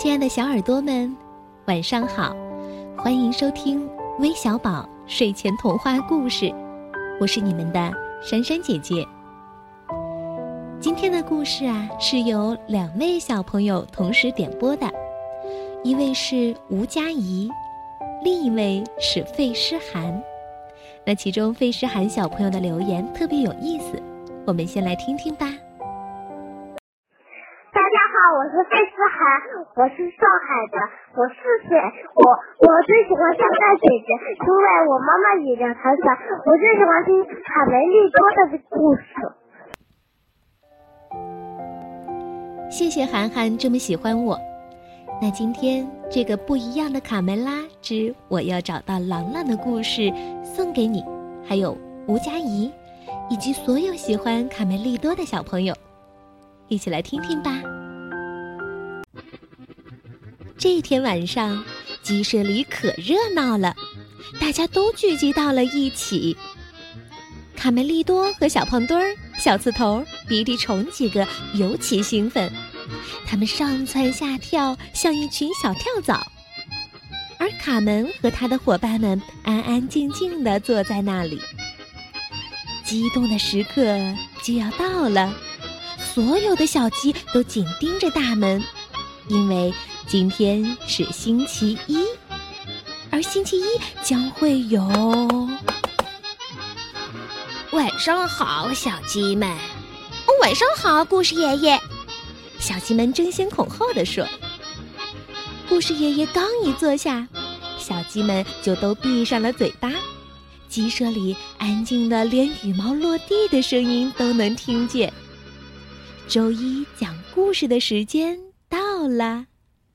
亲爱的小耳朵们，晚上好，欢迎收听微小宝睡前童话故事，我是你们的珊珊姐姐。今天的故事是由2位小朋友同时点播的，一位是吴佳怡，另一位是费诗涵。那其中费诗涵小朋友的留言特别有意思，我们先来听听吧。 大家好，我是费诗涵，我是上海的，我4岁，我最喜欢珊珊姐姐，因为我妈妈也叫珊珊，我最喜欢听卡梅利多的故事。 谢谢涵涵这么喜欢我。那今天这个不一样的卡梅拉之我要找到朗朗的故事送给你，还有吴佳怡以及所有喜欢卡梅利多的小朋友，一起来听听吧。这一天晚上，鸡舍里可热闹了，大家都聚集到了一起。卡梅利多和小胖墩儿、小刺头、鼻涕虫几个尤其兴奋，他们上蹿下跳，像一群小跳蚤。而卡门和他的伙伴们安安静静地坐在那里。激动的时刻就要到了，所有的小鸡都紧盯着大门，因为今天是星期一，而星期一将会有…… 晚上好，小鸡们。 晚上好，故事爷爷。小鸡们争先恐后地说。故事爷爷刚一坐下，小鸡们就都闭上了嘴巴，鸡舍里安静的连羽毛落地的声音都能听见。周一讲故事的时间到了。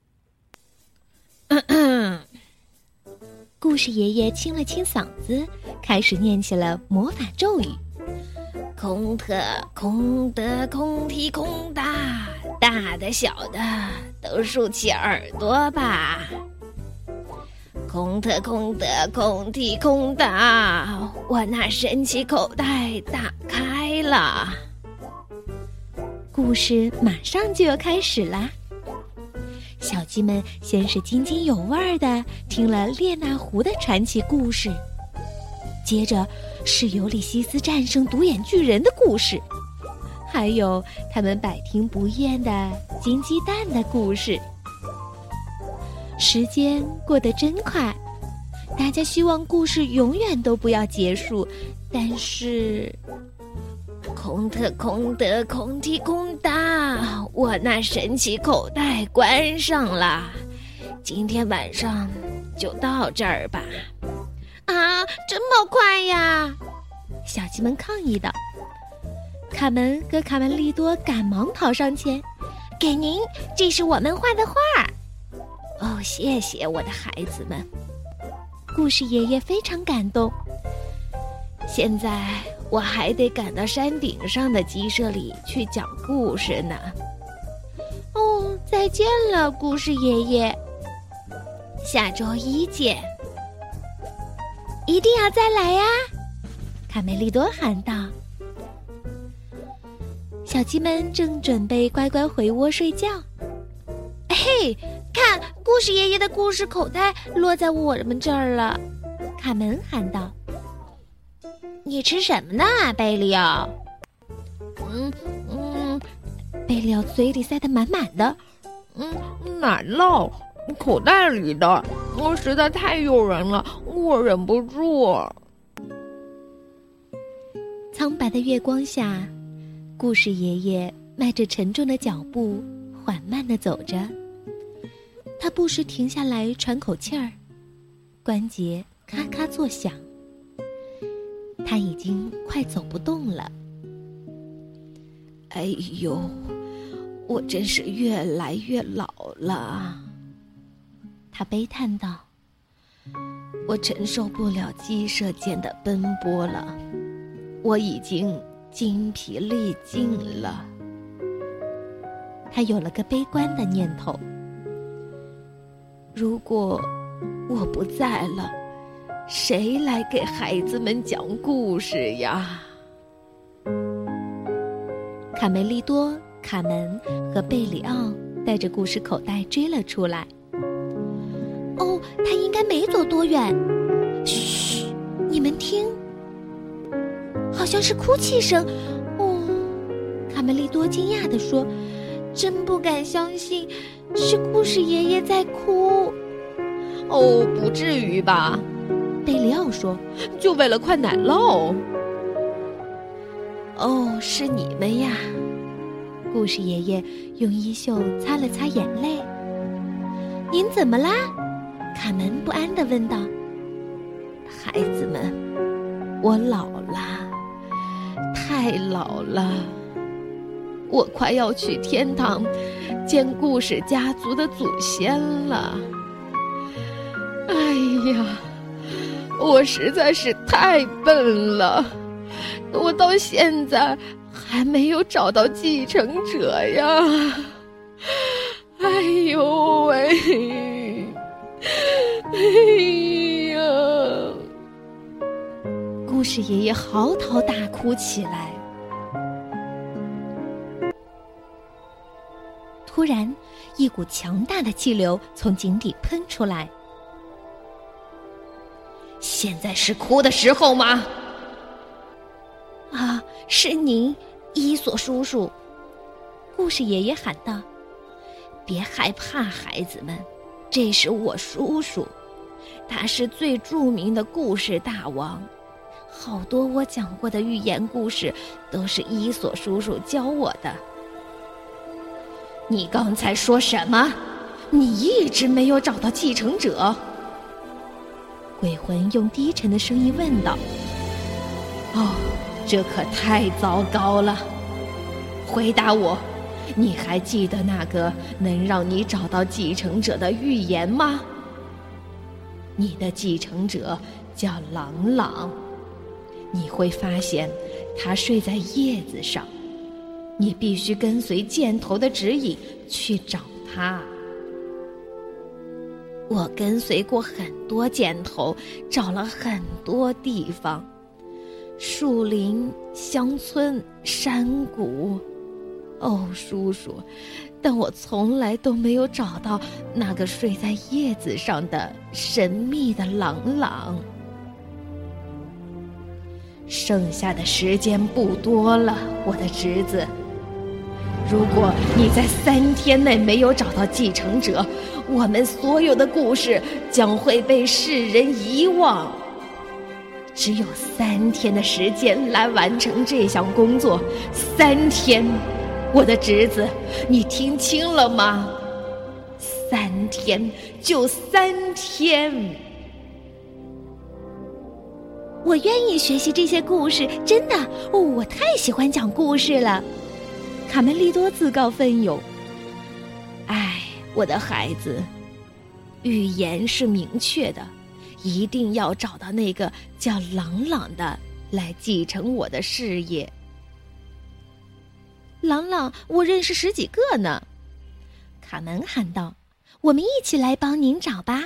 故事爷爷清了清嗓子，开始念起了魔法咒语。 空特空的空提空大，大的小的都竖起耳朵吧。空特空的空提空大，我那神奇口袋打开了。 故事马上就要开始啦。小鸡们先是津津有味地听了列那狐的传奇故事，接着是尤里西斯战胜独眼巨人的故事，还有他们百听不厌的金鸡蛋的故事。时间过得真快，大家希望故事永远都不要结束，但是空特空的空提空大，我那神奇口袋关上了。今天晚上就到这儿吧。 啊，这么快呀！小鸡们抗议道。卡门和卡梅利多赶忙跑上前，给您，这是我们画的画。 哦，谢谢我的孩子们。 故事爷爷非常感动。 现在我还得赶到山顶上的鸡舍里去讲故事呢。 哦，再见了，故事爷爷。 下周一见。 一定要再来呀！卡梅利多喊道。小鸡们正准备乖乖回窝睡觉。嘿，看，故事爷爷的故事口袋落在我们这儿了，卡门喊道。 你吃什么呢，贝利奥？ 贝利奥嘴里塞得满满的。 奶酪，口袋里的，实在太诱人了，我忍不住。 苍白的月光下，故事爷爷迈着沉重的脚步缓慢地走着，他不时停下来喘口气儿，关节咔咔作响。他已经快走不动了。 哎呦，我真是越来越老了。 他悲叹道。 我承受不了鸡舍间的奔波了，我已经精疲力尽了。 他有了个悲观的念头。 如果我不在了，谁来给孩子们讲故事呀？ 卡梅利多、卡门和贝里奥带着故事口袋追了出来。哦，他应该没走多远。嘘，你们听，好像是哭泣声。哦，卡梅利多惊讶地说，真不敢相信，是故事爷爷在哭。 哦，不至于吧？ 贝里奥说， 就为了块奶酪。 哦，是你们呀。故事爷爷用衣袖擦了擦眼泪。您怎么啦？卡门不安地问道。孩子们，我老了，太老了，我快要去天堂见故事家族的祖先了。 哎呀，我实在是太笨了，我到现在还没有找到继承者呀！哎呦喂，哎呀！ 故事爷爷嚎啕大哭起来。突然，一股强大的气流从井底喷出来。 现在是哭的时候吗？ 啊，是您，伊索叔叔。故事爷爷喊道，别害怕，孩子们，这是我叔叔，他是最著名的故事大王，好多我讲过的寓言故事都是伊索叔叔教我的。 你刚才说什么？你一直没有找到继承者？ 鬼魂用低沉的声音问道。 哦，这可太糟糕了！回答我，你还记得那个能让你找到继承者的预言吗？你的继承者叫朗朗，你会发现他睡在叶子上，你必须跟随箭头的指引去找他。 我跟随过很多箭头，找了很多地方，树林、乡村、山谷。哦，叔叔，但我从来都没有找到那个睡在叶子上的神秘的朗朗。 剩下的时间不多了，我的侄子。如果你在3天内没有找到继承者，我们所有的故事将会被世人遗忘。只有3天的时间来完成这项工作，3天，我的侄子，你听清了吗？3天，就3天。 我愿意学习这些故事，真的，哦，我太喜欢讲故事了。卡梅利多自告奋勇。 哎，我的孩子，预言是明确的，一定要找到那个叫朗朗的来继承我的事业。 朗朗，我认识10几个呢。卡门喊道，我们一起来帮您找吧。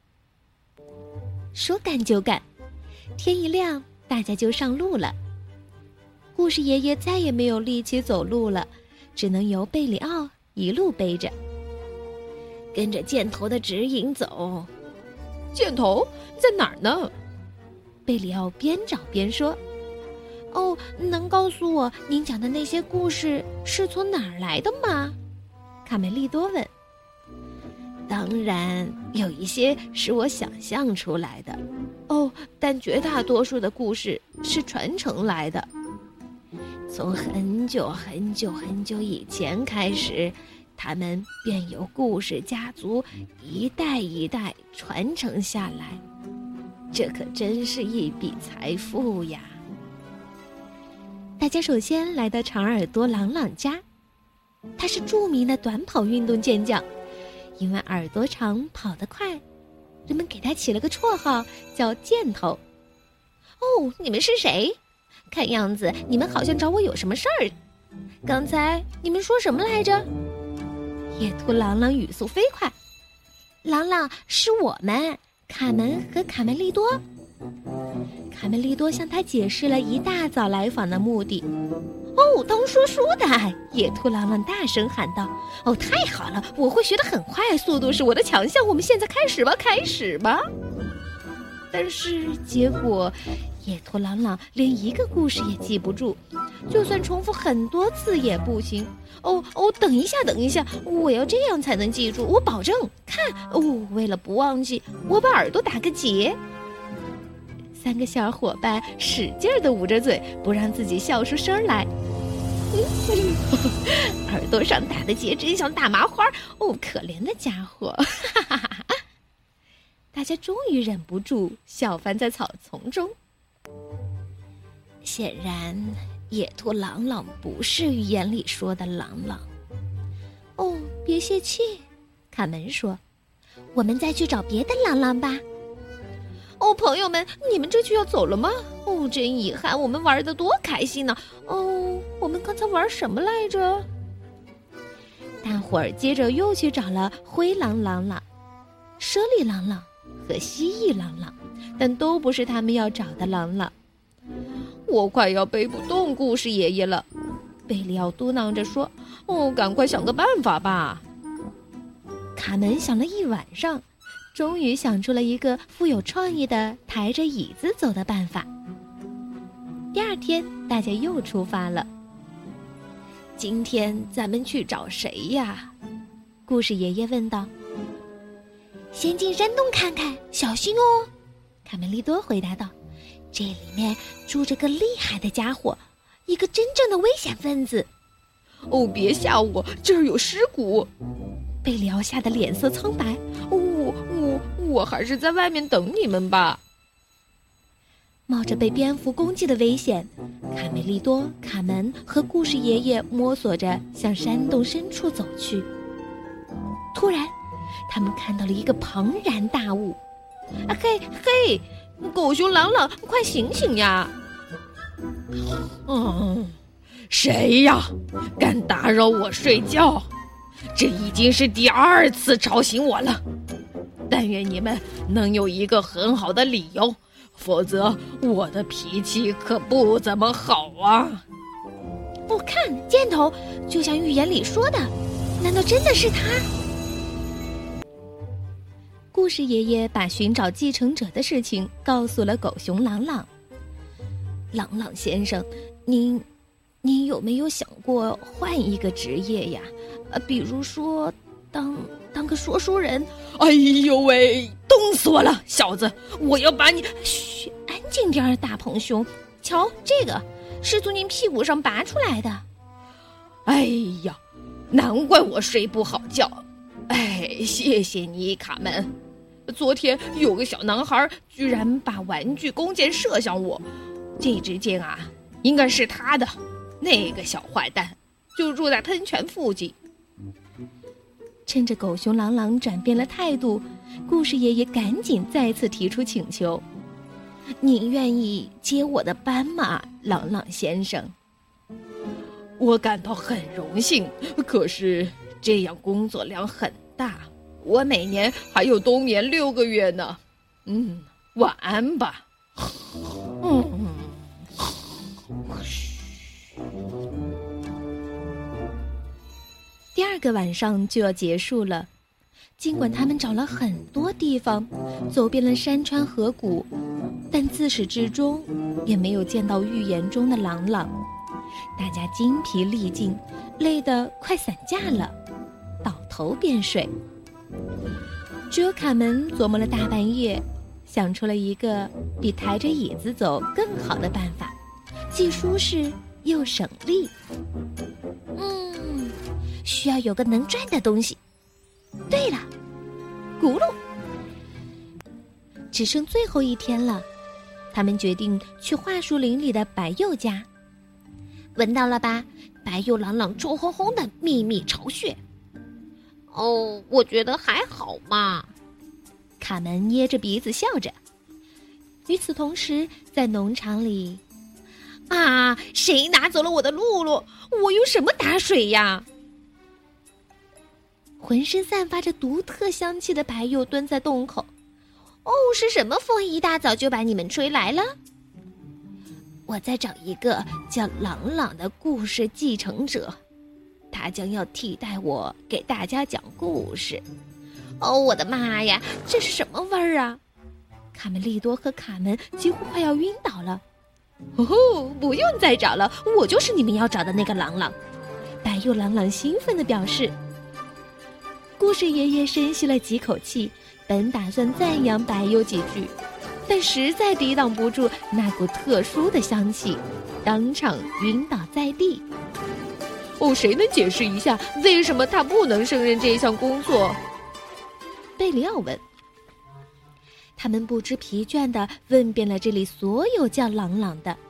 说干就干，天一亮，大家就上路了。故事爷爷再也没有力气走路了，只能由贝里奥一路背着。 跟着箭头的指引走。 箭头在哪儿呢？ 贝里奥边找边说。哦，能告诉我您讲的那些故事是从哪儿来的吗？卡梅利多问。 当然，有一些是我想象出来的，但绝大多数的故事是传承来的。从很久很久很久以前开始，他们便由故事家族一代一代传承下来，这可真是一笔财富呀！ 大家首先来到长耳朵朗朗家，他是著名的短跑运动健将，因为耳朵长跑得快，人们给他起了个绰号叫箭头。 哦，你们是谁？看样子你们好像找我有什么事儿。刚才你们说什么来着？ 野兔朗朗语速飞快。朗朗，是我们，卡门和卡梅利多。卡梅利多向他解释了一大早来访的目的。 哦，当说书的！野兔朗朗大声喊道。哦，太好了，我会学得很快，速度是我的强项。我们现在开始吧，开始吧。但是结果，野兔朗朗连一个故事也记不住，就算重复很多次也不行。等一下，我要这样才能记住，我保证。看，为了不忘记，我把耳朵打个结。3个小伙伴使劲地捂着嘴，不让自己笑出声来。耳朵上打的结真像大麻花，可怜的家伙！大家终于忍不住笑翻在草丛中。显然，野兔朗朗不是寓言里说的朗朗。别泄气，卡门说，我们再去找别的朗朗吧。朋友们，你们这就要走了吗？真遗憾，我们玩得多开心呢。我们刚才玩什么来着？大伙儿接着又去找了灰狼朗朗、猞猁朗朗和蜥蜴朗朗，但都不是他们要找的朗朗。我快要背不动故事爷爷了，贝里奥嘟囔着说，赶快想个办法吧。卡门想了一晚上，终于想出了一个富有创意的抬着椅子走的办法。第二天，大家又出发了。今天咱们去找谁呀？故事爷爷问道。先进山洞看看，小心哦。卡梅利多回答道。这里面住着个厉害的家伙，一个真正的危险分子。别吓我，这儿有尸骨。贝里奥吓得脸色苍白。我还是在外面等你们吧。冒着被蝙蝠攻击的危险，卡梅利多、卡门和故事爷爷摸索着向山洞深处走去。突然，他们看到了一个庞然大物。嘿，狗熊朗朗，快醒醒呀！ 谁呀？敢打扰我睡觉？这已经是第2次吵醒我了。但愿你们能有一个很好的理由，否则我的脾气可不怎么好啊。 看箭头，就像寓言里说的，难道真的是他？故事爷爷把寻找继承者的事情告诉了狗熊朗朗。朗朗先生，您有没有想过换一个职业呀？比如说当个说书人。 哎呦喂，冻死我了，小子！我要把你…… 嘘，安静点儿，大蓬熊。瞧，这个是从您屁股上拔出来的。 哎呀，难怪我睡不好觉。谢谢你，卡门。昨天有个小男孩居然把玩具弓箭射向我，这支箭啊，应该是他的。那个小坏蛋就住在喷泉附近。 趁着狗熊朗朗转变了态度，故事爷爷赶紧再次提出请求：“您愿意接我的班吗，朗朗先生？” 我感到很荣幸，可是这样工作量很大，我每年还有冬眠6个月呢。晚安吧。 第2个晚上就要结束了，尽管他们找了很多地方，走遍了山川河谷，但自始至终也没有见到预言中的朗朗。大家精疲力尽，累得快散架了，倒头便睡。只有卡门琢磨了大半夜，想出了一个比抬着椅子走更好的办法，既舒适又省力。需要有个能转的东西。对了，轱辘。只剩最后1天了，他们决定去桦树林里的白鼬家。闻到了吧？白鼬朗朗臭烘烘的秘密巢穴。 我觉得还好嘛。 卡门捏着鼻子笑着。与此同时，在农场里，谁拿走了我的露露？我用什么打水呀？浑身散发着独特香气的白鼬蹲在洞口。 是什么风一大早就把你们吹来了？ 我在找一个叫朗朗的故事继承者，他将要替代我给大家讲故事。哦，我的妈呀，这是什么味儿啊！卡梅利多和卡门几乎快要晕倒了。 哦吼，不用再找了，我就是你们要找的那个朗朗。白又朗朗兴奋地表示。故事爷爷深吸了几口气，本打算赞扬白又几句，但实在抵挡不住那股特殊的香气，当场晕倒在地。哦，谁能解释一下为什么他不能胜任这项工作？贝里奥问。他们不知疲倦地问遍了这里所有叫朗朗的。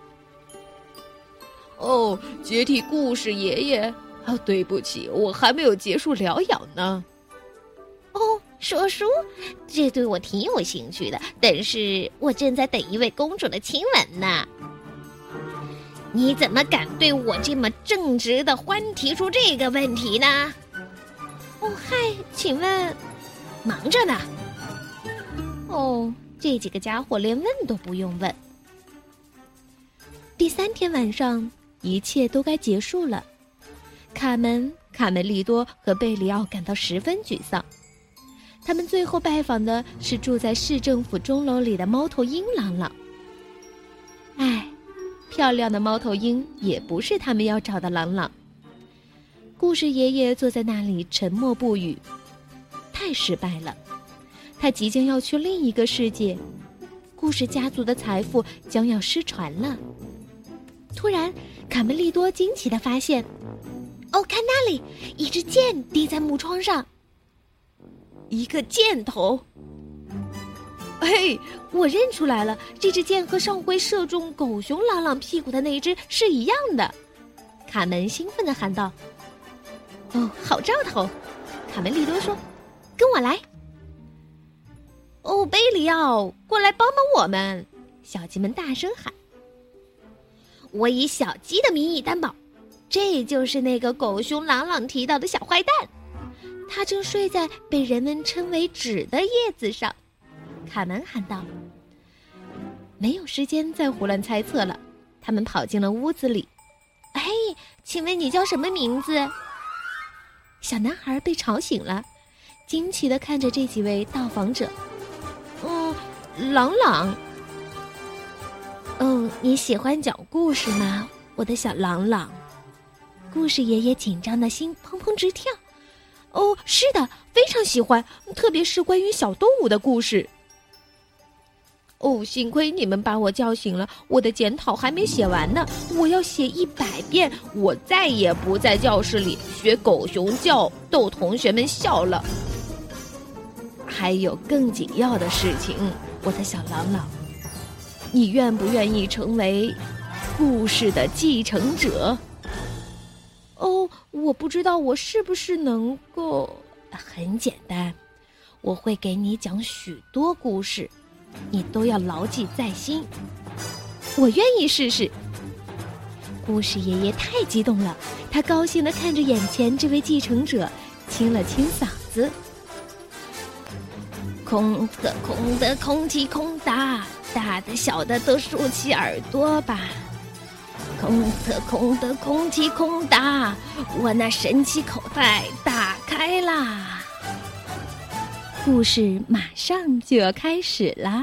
哦，接替故事爷爷。哦，对不起，我还没有结束疗养呢。 哦，说书，这对我挺有兴趣的，但是我正在等一位公主的亲吻呢。你怎么敢对我这么正直的獾提出这个问题呢？ 哦，嗨，请问， 忙着呢。 哦，这几个家伙连问都不用问。第3天晚上，一切都该结束了。卡门、卡梅利多和贝里奥感到十分沮丧。他们最后拜访的是住在市政府钟楼里的猫头鹰朗朗。唉，漂亮的猫头鹰也不是他们要找的朗朗。故事爷爷坐在那里沉默不语，太失败了。他即将要去另一个世界，故事家族的财富将要失传了。突然，卡梅利多惊奇地发现，哦，看那里，一支箭滴在木窗上。 一个箭头。 嘿，我认出来了，这支箭和上回射中狗熊朗朗屁股的那一支是一样的。卡门兴奋地喊道。哦，好兆头，卡梅利多说，跟我来。哦，贝里奥，过来帮帮我们！小鸡们大声喊。 我以小鸡的名义担保，这就是那个狗熊朗朗提到的小坏蛋， 他正睡在被人们称为纸的叶子上。卡门喊道。没有时间再胡乱猜测了，他们跑进了屋子里。嘿，请问你叫什么名字？小男孩被吵醒了，惊奇地看着这几位到访者。朗朗。哦，你喜欢讲故事吗，我的小朗朗？故事爷爷紧张的心砰砰直跳。哦，是的，非常喜欢，特别是关于小动物的故事。哦，幸亏你们把我叫醒了，我的检讨还没写完呢，我要写100遍，我再也不在教室里学狗熊叫逗同学们笑了。还有更紧要的事情，我的小朗朗，你愿不愿意成为故事的继承者？哦，我不知道我是不是能够。很简单，我会给你讲许多故事，你都要牢记在心。我愿意试试。故事爷爷太激动了，他高兴地看着眼前这位继承者，清了清嗓子。 空的空的空气空大，大的小的都竖起耳朵吧。空的空的空气空大，我那神奇口袋打开啦。 故事马上就要开始啦。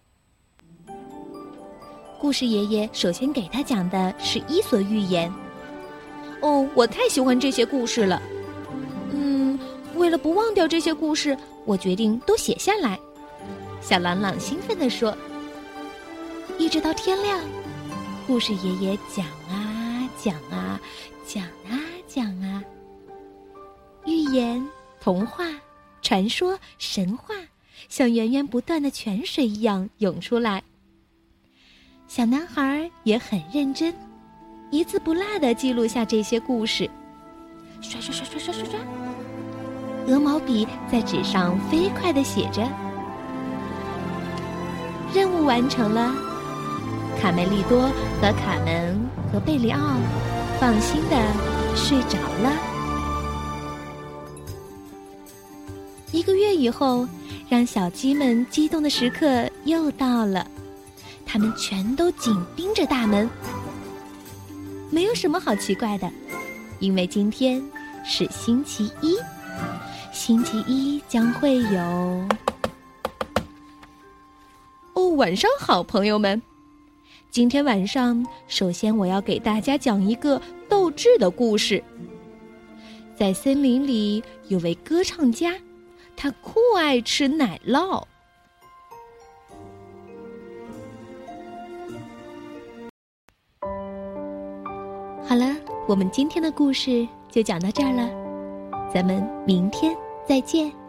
故事爷爷首先给他讲的是伊索寓言。哦，我太喜欢这些故事了。为了不忘掉这些故事，我决定都写下来。小朗朗兴奋地说。一直到天亮，故事爷爷讲啊讲啊讲啊讲啊，寓言、童话、传说、神话像源源不断的泉水一样涌出来。小男孩也很认真，一字不落地记录下这些故事。刷刷刷刷刷刷刷，鹅毛笔在纸上飞快地写着。任务完成了，卡梅利多和卡门和贝里奥放心地睡着了。1个月以后，让小鸡们激动的时刻又到了。他他们全都紧盯着大门。没有什么好奇怪的，因为今天是星期一，星期一将会有……哦，晚上好，朋友们！今天晚上，首先我要给大家讲一个斗智的故事。在森林里有位歌唱家，他酷爱吃奶酪。好了，我们今天的故事就讲到这儿了，咱们明天再见。